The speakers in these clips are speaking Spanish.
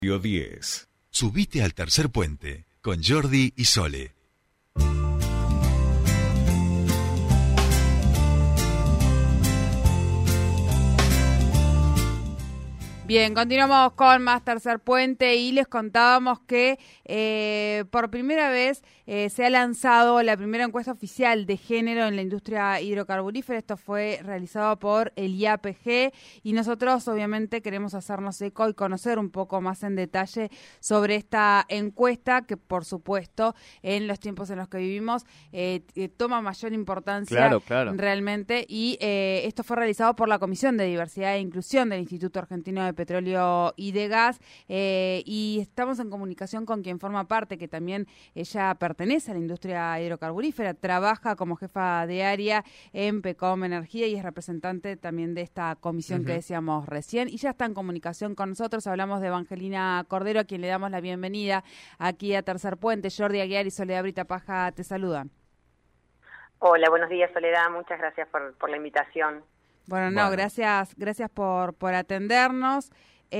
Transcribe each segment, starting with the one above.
Radio 10. Subite al tercer puente con Jordi y Sole. Bien, continuamos con más Tercer Puente y les contábamos que por primera vez se ha lanzado la primera encuesta oficial de género en la industria hidrocarburífera. Esto fue realizado por el IAPG y nosotros obviamente queremos hacernos eco y conocer un poco más en detalle sobre esta encuesta que por supuesto en los tiempos en los que vivimos toma mayor importancia realmente y esto fue realizado por la Comisión de Diversidad e Inclusión del Instituto Argentino de Petróleo y de Gas y estamos en comunicación con quien forma parte, que también ella pertenece a la industria hidrocarburífera, trabaja como jefa de área en PECOM Energía y es representante también de esta comisión que decíamos recién y ya está en comunicación con nosotros. Hablamos de Evangelina Cordero, a quien le damos la bienvenida aquí a Tercer Puente. Jordi Aguiar y Soledad Brita Paja te saludan. Hola, buenos días Soledad, muchas gracias por la invitación. Bueno, gracias por atendernos.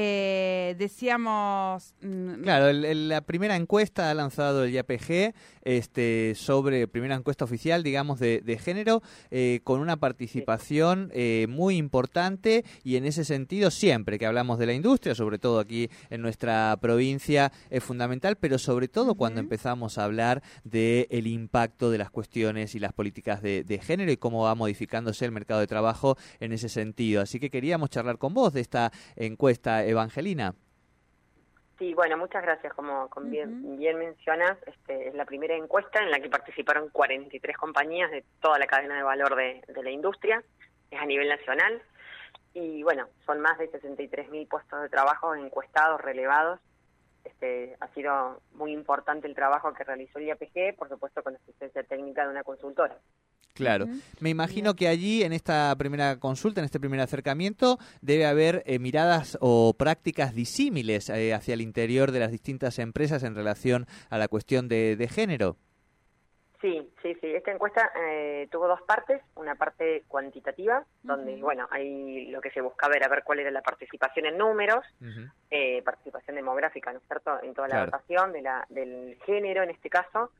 Decíamos... Claro, la primera encuesta ha lanzado el IAPG sobre primera encuesta oficial, digamos, de género, con una participación muy importante y en ese sentido siempre que hablamos de la industria, sobre todo aquí en nuestra provincia, es fundamental, pero sobre todo cuando empezamos a hablar del impacto de las cuestiones y las políticas de género y cómo va modificándose el mercado de trabajo en ese sentido. Así que queríamos charlar con vos de esta encuesta, Evangelina. Sí, bueno, muchas gracias. Como bien mencionas, es la primera encuesta en la que participaron 43 compañías de toda la cadena de valor de la industria, es a nivel nacional, y bueno, son más de 63.000 puestos de trabajo encuestados, relevados. Ha sido muy importante el trabajo que realizó el IAPG, por supuesto con la asistencia técnica de una consultora. Claro. Me imagino que allí, en esta primera consulta, en este primer acercamiento, debe haber miradas o prácticas disímiles hacia el interior de las distintas empresas en relación a la cuestión de género. Sí. Esta encuesta tuvo dos partes. Una parte cuantitativa, donde, bueno, ahí lo que se buscaba era ver cuál era la participación en números, participación demográfica, ¿no es cierto?, en toda la dotación del género, en este caso.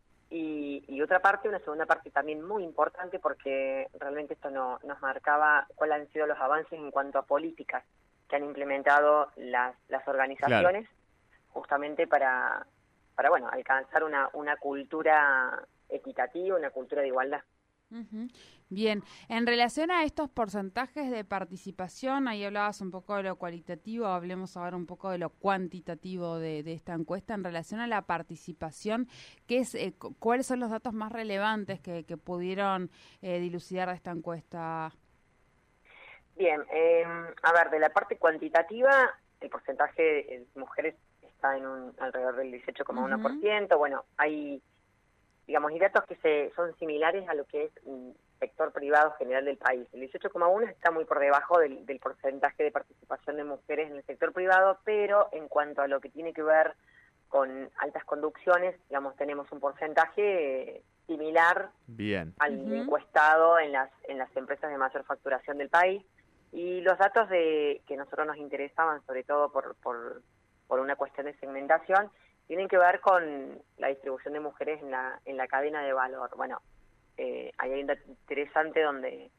Y otra parte, una segunda parte también muy importante, porque realmente esto nos marcaba cuáles han sido los avances en cuanto a políticas que han implementado las organizaciones, justamente para bueno, alcanzar una cultura equitativa, una cultura de igualdad. Bien, en relación a estos porcentajes de participación, ahí hablabas un poco de lo cualitativo, hablemos ahora un poco de lo cuantitativo de esta encuesta. En relación a la participación, ¿cuáles son los datos más relevantes que pudieron dilucidar de esta encuesta? Bien, a ver, de la parte cuantitativa, el porcentaje de mujeres está en alrededor del 18,1%. Bueno, hay, digamos, y datos que son similares a lo que es un sector privado general del país. El 18,1 está muy por debajo del porcentaje de participación de mujeres en el sector privado, pero en cuanto a lo que tiene que ver con altas conducciones, digamos, tenemos un porcentaje similar al encuestado en las empresas de mayor facturación del país. Y los datos que nosotros nos interesaban, sobre todo por una cuestión de segmentación, tienen que ver con la distribución de mujeres en la cadena de valor. Bueno, ahí hay un dato interesante donde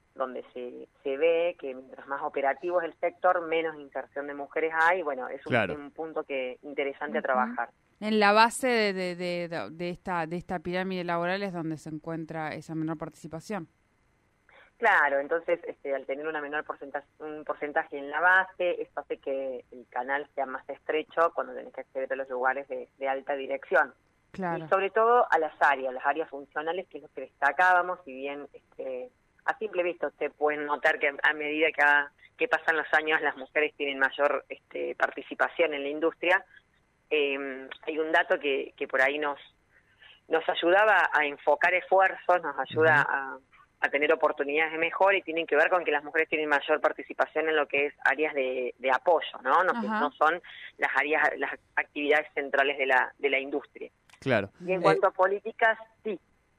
se ve que mientras más operativo es el sector, menos inserción de mujeres hay. Bueno, es un punto interesante a trabajar. En la base de esta pirámide laboral es donde se encuentra esa menor participación. Claro, entonces al tener un porcentaje en la base, esto hace que el canal sea más estrecho cuando tenés que acceder a los lugares de alta dirección. Claro. Y sobre todo a las áreas funcionales, que es lo que destacábamos. Si bien a simple vista usted puede notar que a medida que pasan los años las mujeres tienen mayor participación en la industria, hay un dato que por ahí nos ayudaba a enfocar esfuerzos, nos ayuda a tener oportunidades de mejora, y tienen que ver con que las mujeres tienen mayor participación en lo que es áreas de apoyo, ¿no? No son las actividades centrales de la industria. Claro. Y en cuanto a políticas, sí.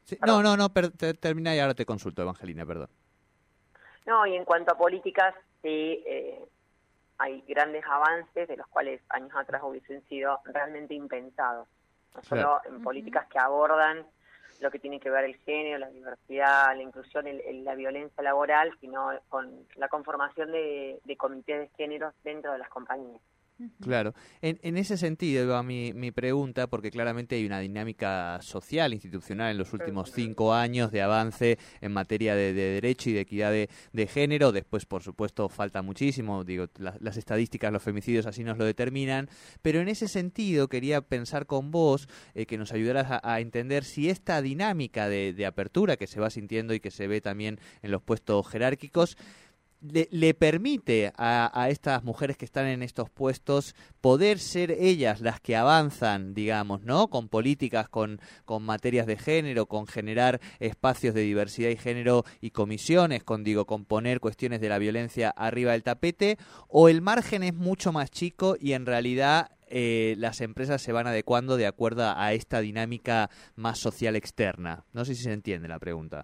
Termina y ahora te consulto, Evangelina, perdón. No, y en cuanto a políticas, sí, hay grandes avances de los cuales años atrás hubiesen sido realmente impensados, no solo en políticas que abordan lo que tiene que ver el género, la diversidad, la inclusión, la violencia laboral, sino con la conformación de comités de género dentro de las compañías. Claro. En ese sentido iba mi pregunta, porque claramente hay una dinámica social, institucional en los últimos 5 años de avance en materia de derecho y de equidad de género. Después, por supuesto, falta muchísimo. Digo, las estadísticas, los femicidios así nos lo determinan. Pero en ese sentido quería pensar con vos, que nos ayudaras a entender si esta dinámica de apertura que se va sintiendo y que se ve también en los puestos jerárquicos le permite a estas mujeres que están en estos puestos poder ser ellas las que avanzan, digamos, ¿no? Con políticas, con materias de género, con generar espacios de diversidad y género y comisiones, con poner cuestiones de la violencia arriba del tapete, o el margen es mucho más chico y en realidad las empresas se van adecuando de acuerdo a esta dinámica más social externa. No sé si se entiende la pregunta.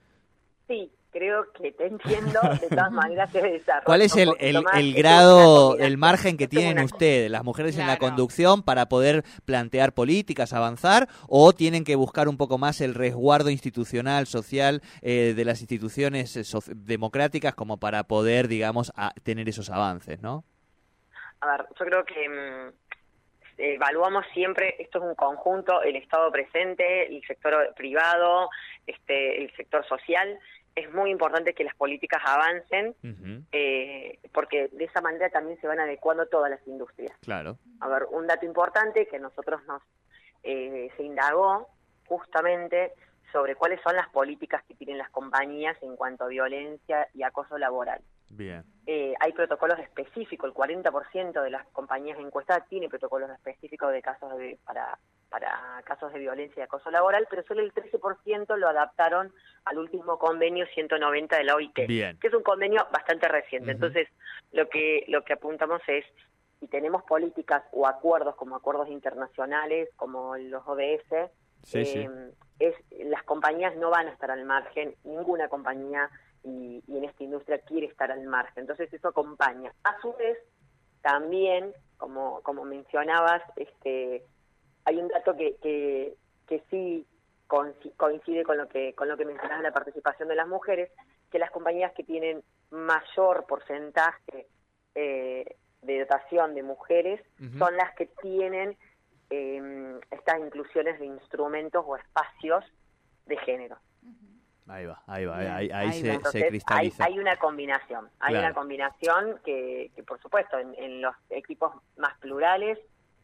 Sí. Creo que te entiendo, de todas maneras se desarrolla. ¿Cuál es el grado, el margen que tienen ustedes, las mujeres en la conducción, para poder plantear políticas, avanzar, o tienen que buscar un poco más el resguardo institucional, social, de las instituciones democráticas como para poder, digamos, tener esos avances, ¿no? A ver, yo creo que evaluamos siempre, esto es un conjunto, el Estado presente, el sector privado, el sector social. Es muy importante que las políticas avancen, porque de esa manera también se van adecuando todas las industrias. Claro. A ver, un dato importante que nosotros se indagó justamente sobre cuáles son las políticas que tienen las compañías en cuanto a violencia y acoso laboral. Bien. Hay protocolos específicos, el 40% de las compañías encuestadas tiene protocolos específicos de casos para casos de violencia y acoso laboral, pero solo el 13% lo adaptaron al último convenio 190 de la OIT, Bien. que es un convenio bastante reciente. Entonces, lo que apuntamos es, si tenemos políticas o acuerdos como acuerdos internacionales, como los ODS, las compañías no van a estar al margen, ninguna compañía y en esta industria quiere estar al margen. Entonces, eso acompaña. A su vez, también, como mencionabas, hay un dato que sí coincide con lo que mencionabas, la participación de las mujeres, que las compañías que tienen mayor porcentaje de dotación de mujeres son las que tienen estas inclusiones de instrumentos o espacios de género. Ahí se Entonces, cristaliza. Hay una combinación, una combinación que por supuesto en los equipos más plurales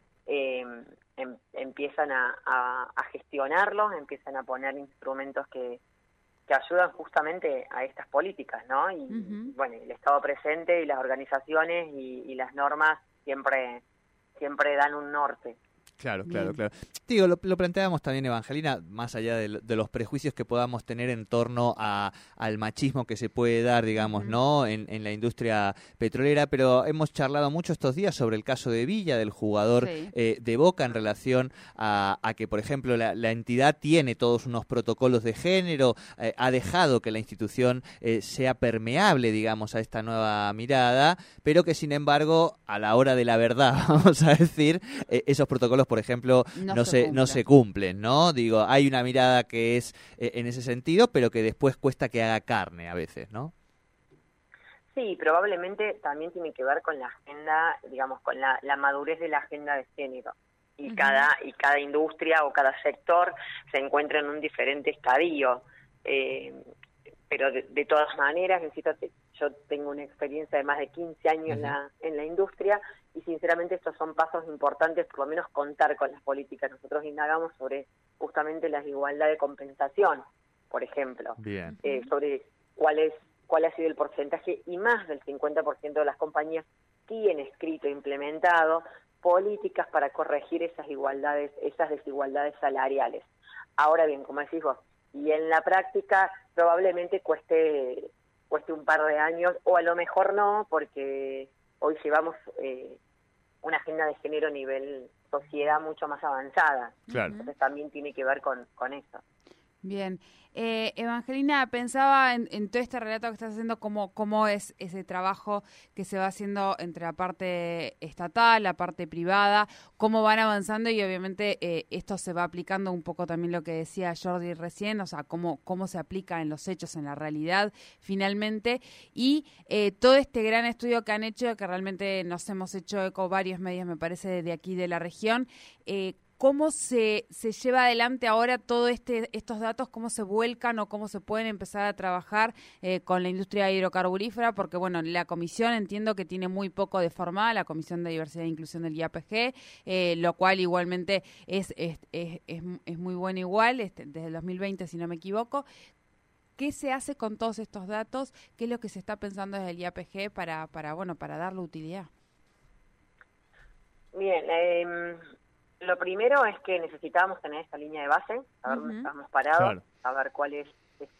empiezan a gestionarlos, empiezan a poner instrumentos que ayudan justamente a estas políticas, ¿no? Y bueno, el Estado presente y las organizaciones y las normas siempre dan un norte. Claro. Digo, lo planteábamos también, Evangelina, más allá de los prejuicios que podamos tener en torno al machismo que se puede dar, digamos, ¿no? En la industria petrolera, pero hemos charlado mucho estos días sobre el caso de Villa, del jugador de Boca, en relación a que, por ejemplo, la entidad tiene todos unos protocolos de género, ha dejado que la institución sea permeable, digamos, a esta nueva mirada, pero que, sin embargo, a la hora de la verdad, vamos a decir, esos protocolos, por ejemplo, no se cumplen, ¿no? Digo, hay una mirada que es en ese sentido, pero que después cuesta que haga carne a veces, ¿no? Sí, probablemente también tiene que ver con la agenda, digamos, con la madurez de la agenda de género. Y cada industria o cada sector se encuentra en un diferente estadio. Pero de todas maneras, yo tengo una experiencia de más de 15 años en la industria, y sinceramente estos son pasos importantes, por lo menos contar con las políticas. Nosotros indagamos sobre justamente la igualdad de compensación, por ejemplo. Bien. Sobre cuál ha sido el porcentaje, y más del 50% de las compañías tiene escrito e implementado políticas para corregir esas desigualdades salariales. Ahora bien, como decís vos, y en la práctica probablemente cueste un par de años, o a lo mejor no, porque hoy llevamos una agenda de género a nivel sociedad mucho más avanzada. Claro. Entonces también tiene que ver con eso. Bien. Evangelina, pensaba en todo este relato que estás haciendo, cómo es ese trabajo que se va haciendo entre la parte estatal, la parte privada, cómo van avanzando y obviamente esto se va aplicando un poco también lo que decía Jordi recién, o sea, cómo se aplica en los hechos, en la realidad finalmente, y todo este gran estudio que han hecho, que realmente nos hemos hecho eco varios medios, me parece, de aquí de la región, ¿cómo se lleva adelante ahora todos estos datos? ¿Cómo se vuelcan o cómo se pueden empezar a trabajar con la industria hidrocarburífera? Porque, bueno, la comisión entiendo que tiene muy poco de formada, la Comisión de Diversidad e Inclusión del IAPG, lo cual igualmente es muy bueno igual, desde el 2020, si no me equivoco. ¿Qué se hace con todos estos datos? ¿Qué es lo que se está pensando desde el IAPG para darle utilidad? Bien, lo primero es que necesitábamos tener esta línea de base, saber dónde estamos parados, claro, saber cuál es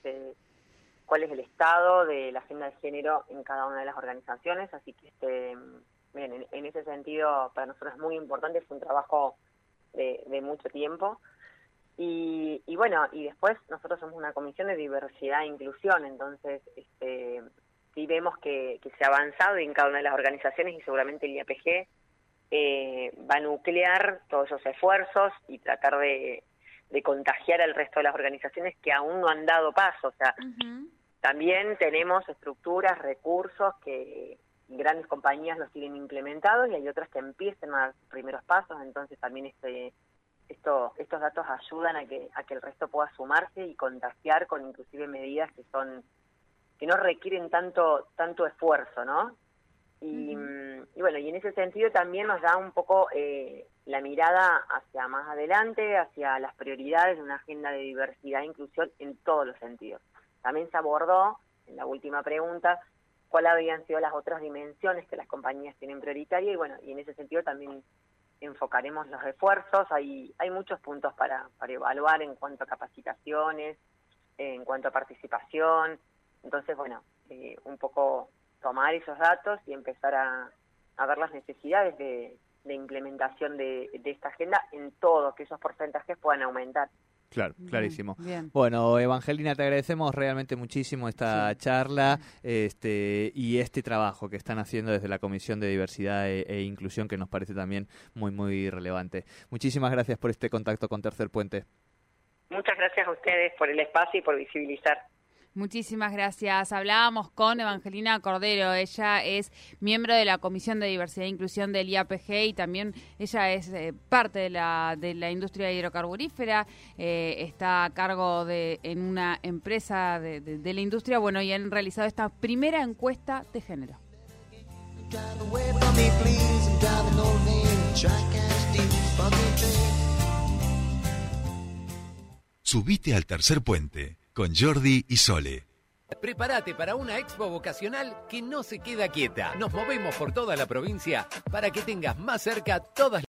el estado de la agenda de género en cada una de las organizaciones, así que bien, en ese sentido para nosotros es muy importante, es un trabajo de mucho tiempo. Y bueno, y después nosotros somos una comisión de diversidad e inclusión, entonces sí vemos que se ha avanzado en cada una de las organizaciones y seguramente el IAPG va a nuclear todos esos esfuerzos y tratar de contagiar al resto de las organizaciones que aún no han dado paso. O sea, también tenemos estructuras, recursos que grandes compañías los tienen implementados y hay otras que empiezan a dar sus primeros pasos, entonces también estos datos ayudan a que el resto pueda sumarse y contagiar con inclusive medidas que no requieren tanto esfuerzo, ¿no? Y bueno, y en ese sentido también nos da un poco la mirada hacia más adelante, hacia las prioridades de una agenda de diversidad e inclusión en todos los sentidos. También se abordó, en la última pregunta, cuáles habían sido las otras dimensiones que las compañías tienen prioritaria y bueno, y en ese sentido también enfocaremos los esfuerzos. Hay muchos puntos para evaluar en cuanto a capacitaciones, en cuanto a participación. Entonces, bueno, un poco tomar esos datos y empezar a ver las necesidades de implementación de esta agenda en todo, que esos porcentajes puedan aumentar. Claro, clarísimo. Bien. Bueno, Evangelina, te agradecemos realmente muchísimo esta charla y este trabajo que están haciendo desde la Comisión de Diversidad e Inclusión, que nos parece también muy, muy relevante. Muchísimas gracias por este contacto con Tercer Puente. Muchas gracias a ustedes por el espacio y por visibilizar. Muchísimas gracias. Hablábamos con Evangelina Cordero. Ella es miembro de la Comisión de Diversidad e Inclusión del IAPG y también ella es parte de la industria hidrocarburífera. Está a cargo en una empresa de la industria. Bueno, y han realizado esta primera encuesta de género. Subite al Tercer Puente con Jordi y Sole. Prepárate para una expo vocacional que no se queda quieta. Nos movemos por toda la provincia para que tengas más cerca todas